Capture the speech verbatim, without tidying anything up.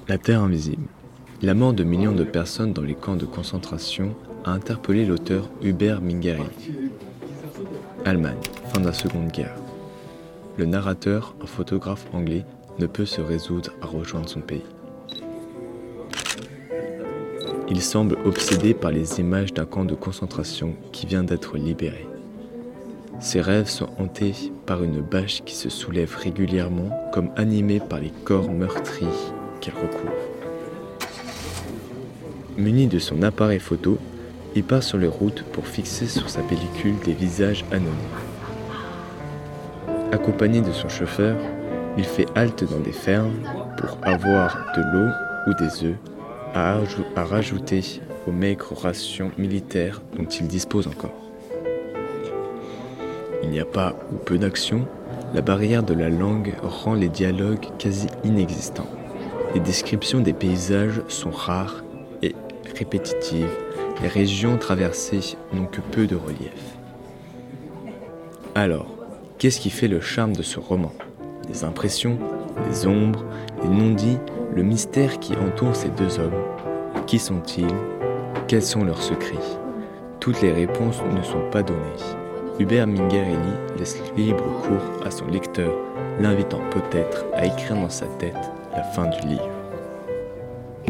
La Terre invisible. La mort de millions de personnes dans les camps de concentration a interpellé l'auteur Hubert Mingarelli. Allemagne, fin de la Seconde Guerre. Le narrateur, un photographe anglais, ne peut se résoudre à rejoindre son pays. Il semble obsédé par les images d'un camp de concentration qui vient d'être libéré. Ses rêves sont hantés par une bâche qui se soulève régulièrement comme animée par les corps meurtris qu'elle recouvre. Muni de son appareil photo, il part sur les routes pour fixer sur sa pellicule des visages anonymes. Accompagné de son chauffeur, il fait halte dans des fermes pour avoir de l'eau ou des œufs à, aj- à rajouter aux maigres rations militaires dont il dispose encore. Il n'y a pas ou peu d'action, la barrière de la langue rend les dialogues quasi inexistants. Les descriptions des paysages sont rares et répétitives, les régions traversées n'ont que peu de relief. Alors, qu'est-ce qui fait le charme de ce roman ? Les impressions, les ombres, les non-dits, le mystère qui entoure ces deux hommes. Qui sont-ils ? Quels sont leurs secrets ? Toutes les réponses ne sont pas données. Hubert Mingarelli laisse libre cours à son lecteur, l'invitant peut-être à écrire dans sa tête la fin du livre.